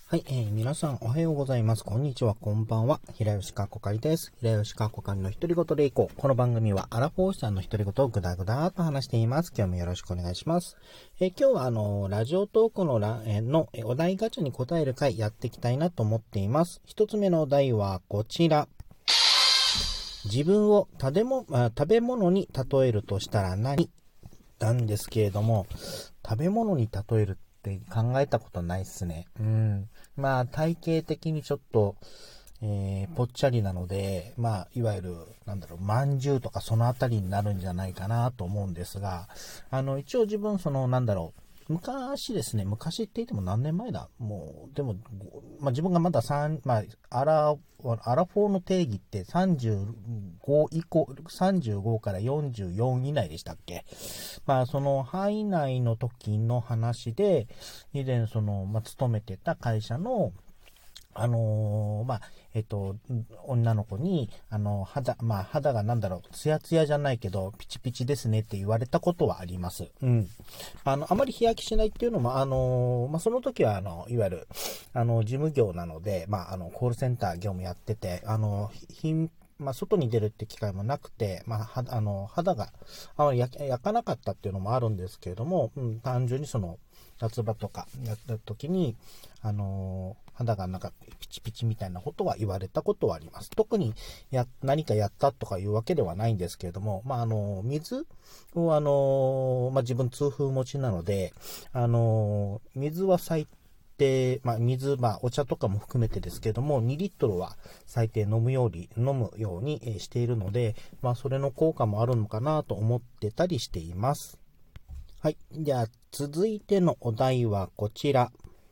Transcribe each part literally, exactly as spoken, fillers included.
はい、えー、皆さんおはようございます。こんにちは、こんばんは。平吉かこかりです。平吉かこかりの独り言でいこう。この番組はアラフォーさんの独り言をぐだぐだーっと話しています。今日もよろしくお願いします。えー、今日はあのー、ラジオトークのラ、えー、の、えー、お題ガチャに答える回やっていきたいなと思っています。一つ目のお題はこちら。自分を食べも、あ、食べ物に例えるとしたら何なんですけれども、食べ物に例えるって考えたことないっすね。うん。まあ、体型的にちょっと、えー、ぽっちゃりなので、まあ、いわゆる、なんだろう、まんじゅうとかそのあたりになるんじゃないかなと思うんですが、あの、一応自分、その、なんだろう、昔ですね、昔って言っても何年前だもう、でも、まあ自分がまださん、まあ、アラ、アラフォーの定義ってさんじゅうご以降、さんじゅうごからよんじゅうよん以内でしたっけ？まあその範囲内の時の話で、以前その、まあ勤めてた会社の、あのー、まあ、えっと、女の子に、あの、肌、まあ、肌がなんだろう、ツヤツヤじゃないけど、ピチピチですねって言われたことはあります。うん。あの、あまり日焼けしないっていうのも、あのー、まあ、その時は、あの、いわゆる、あの、事務業なので、まあ、あの、コールセンター業務やってて、あの、ひまあ、外に出るって機会もなくて、まあ、は、あの、肌があまり焼焼かなかったっていうのもあるんですけれども、うん、単純にその、夏場とかやった時に、あのー、肌がなんかピチピチみたいなことは言われたことはあります。特にや、何かやったとかいうわけではないんですけれども、まあ、あのー、水をあのー、まあ、自分痛風持ちなので、あの水は最低、まあ、水、まあ、お茶とかも含めてですけれども、にリットルは最低飲むように、飲むようにしているので、まあ、それの効果もあるのかなと思ってたりしています。はい。じゃあ、続いてのお題はこちら。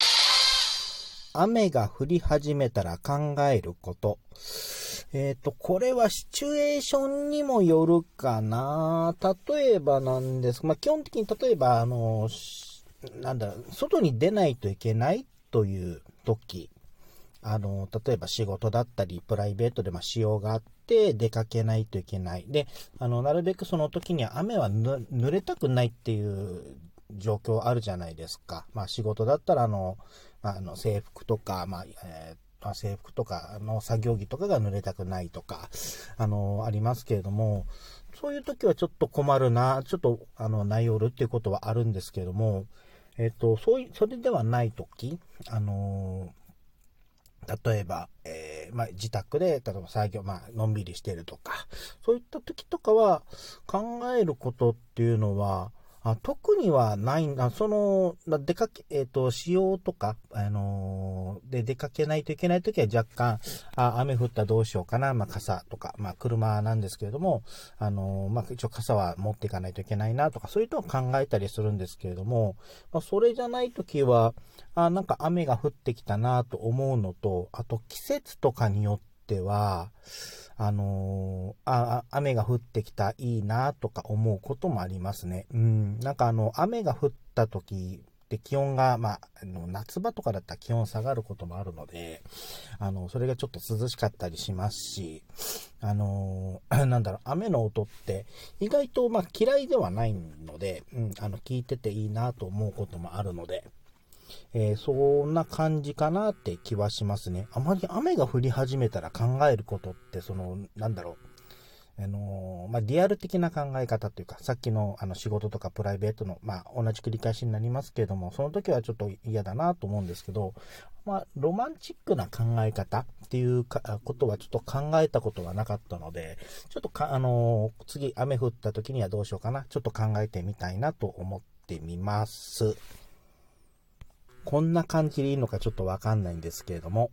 雨が降り始めたら考えること。えっと、これはシチュエーションにもよるかな。例えばなんです。まあ、基本的に例えば、あの、なんだろう、外に出ないといけないという時。あの、例えば仕事だったり、プライベートでまあ使用があって出かけないといけない。で、あの、なるべくその時には雨は濡れたくないっていう状況あるじゃないですか。まあ仕事だったらあの、まあ、あの制服とか、まあ、えー、制服とかの作業着とかが濡れたくないとか、あの、ありますけれども、そういう時はちょっと困るな、ちょっとあの、内容るっていうことはあるんですけれども、えっと、そういう、それではない時、あの例えば、えーまあ、自宅で、例えば作業、まあ、のんびりしてるとか、そういった時とかは、考えることっていうのは、あ特にはないんだ。その、出かけ、えっ、ー、と、使用とか、あのー、で、出かけないといけない時は若干、あ、雨降ったらどうしようかな、まあ、傘とか、まあ、車なんですけれども、あのー、まあ、一応傘は持っていかないといけないなとか、そういうのを考えたりするんですけれども、まあ、それじゃない時は、あ、なんか雨が降ってきたなと思うのと、あと季節とかによっては、あのー、あ、雨が降ってきたいいなとか思うこともありますね。うん。なんかあの、雨が降った時って気温が、まあ、あの夏場とかだったら気温下がることもあるので、あの、それがちょっと涼しかったりしますし、あのー、なんだろう、雨の音って意外とまあ嫌いではないので、うん、あの、聞いてていいなと思うこともあるので、えー、そんな感じかなって気はしますね。あまり雨が降り始めたら考えることって、その、なんだろう、あのー、まあ、リアル的な考え方というか、さっきのあの仕事とかプライベートの、まあ、同じ繰り返しになりますけれども、その時はちょっと嫌だなと思うんですけど、まあ、ロマンチックな考え方っていうかことはちょっと考えたことはなかったので、ちょっとか、あのー、次雨降った時にはどうしようかな、ちょっと考えてみたいなと思ってみます。こんな感じでいいのかちょっとわかんないんですけれども。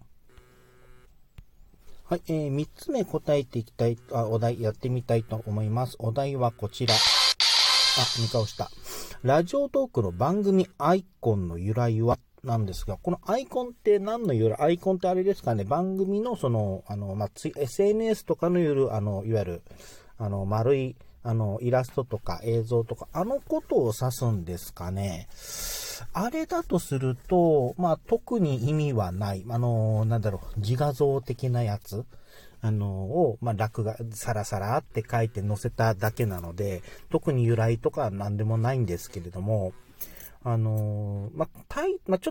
はい、えー、みっつめ答えていきたい、あ、お題やってみたいと思います。お題はこちら。あ、見顔した。ラジオトークの番組アイコンの由来はなんですが、このアイコンって何の由来、アイコンってあれですかね、番組のその、あの、まあ、エスエヌエス とかの由来、あの、いわゆる、あの、丸い、あの、イラストとか映像とか、あのことを指すんですかね。あれだとすると、まあ、特に意味はない。あの、なんだろう、自画像的なやつ、あの、を、まあ、落書サラサラって書いて載せただけなので、特に由来とかは何でもないんですけれども、あの、まあ、たい、まあ、ちょっと、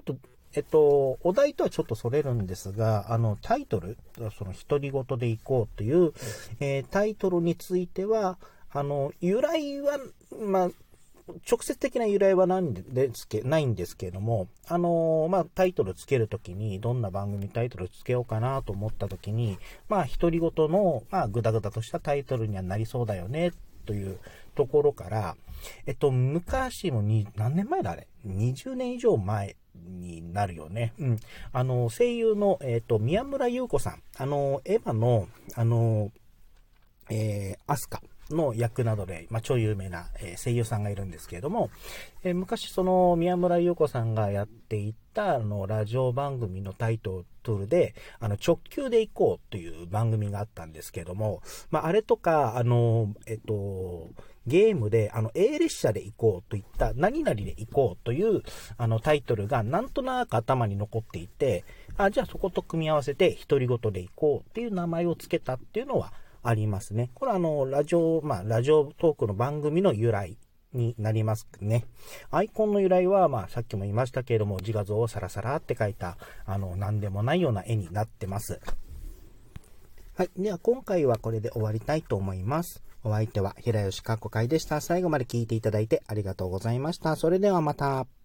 えっと、お題とはちょっとそれるんですが、あの、タイトル、その、独り言でいこうという、えー、タイトルについては、あの、由来は、まあ、直接的な由来はないんですけないんですけれども、あのー、まあ、タイトルつけるときに、どんな番組タイトルつけようかなと思ったときに、まあ、独り言の、まあ、ぐだぐだとしたタイトルにはなりそうだよね、というところから、えっと、昔もに、何年前だあれ ?にじゅう 年以上前になるよね。うん。あの、声優の、えっと、宮村優子さん。あの、エヴァの、あの、えー、アスカの役などで、まあ、超有名な、えー、声優さんがいるんですけれども、えー、昔その宮村優子さんがやっていたあのラジオ番組のタイトルで、あの直球で行こうという番組があったんですけれども、まあ、あれとか、あの、えっと、ゲームで、あの、A 列車で行こうといった、何々で行こうという、あの、タイトルがなんとなく頭に残っていて、あ、じゃあそこと組み合わせて、独り言で行こうっていう名前を付けたっていうのは、ありますね。これはあの、ラジオ、まあ、ラジオトークの番組の由来になりますね。アイコンの由来は、まあ、さっきも言いましたけれども、自画像をサラサラって書いた、あの、なんでもないような絵になってます。はい。では、今回はこれで終わりたいと思います。お相手は、平吉かっこかいでした。最後まで聞いていただいてありがとうございました。それではまた。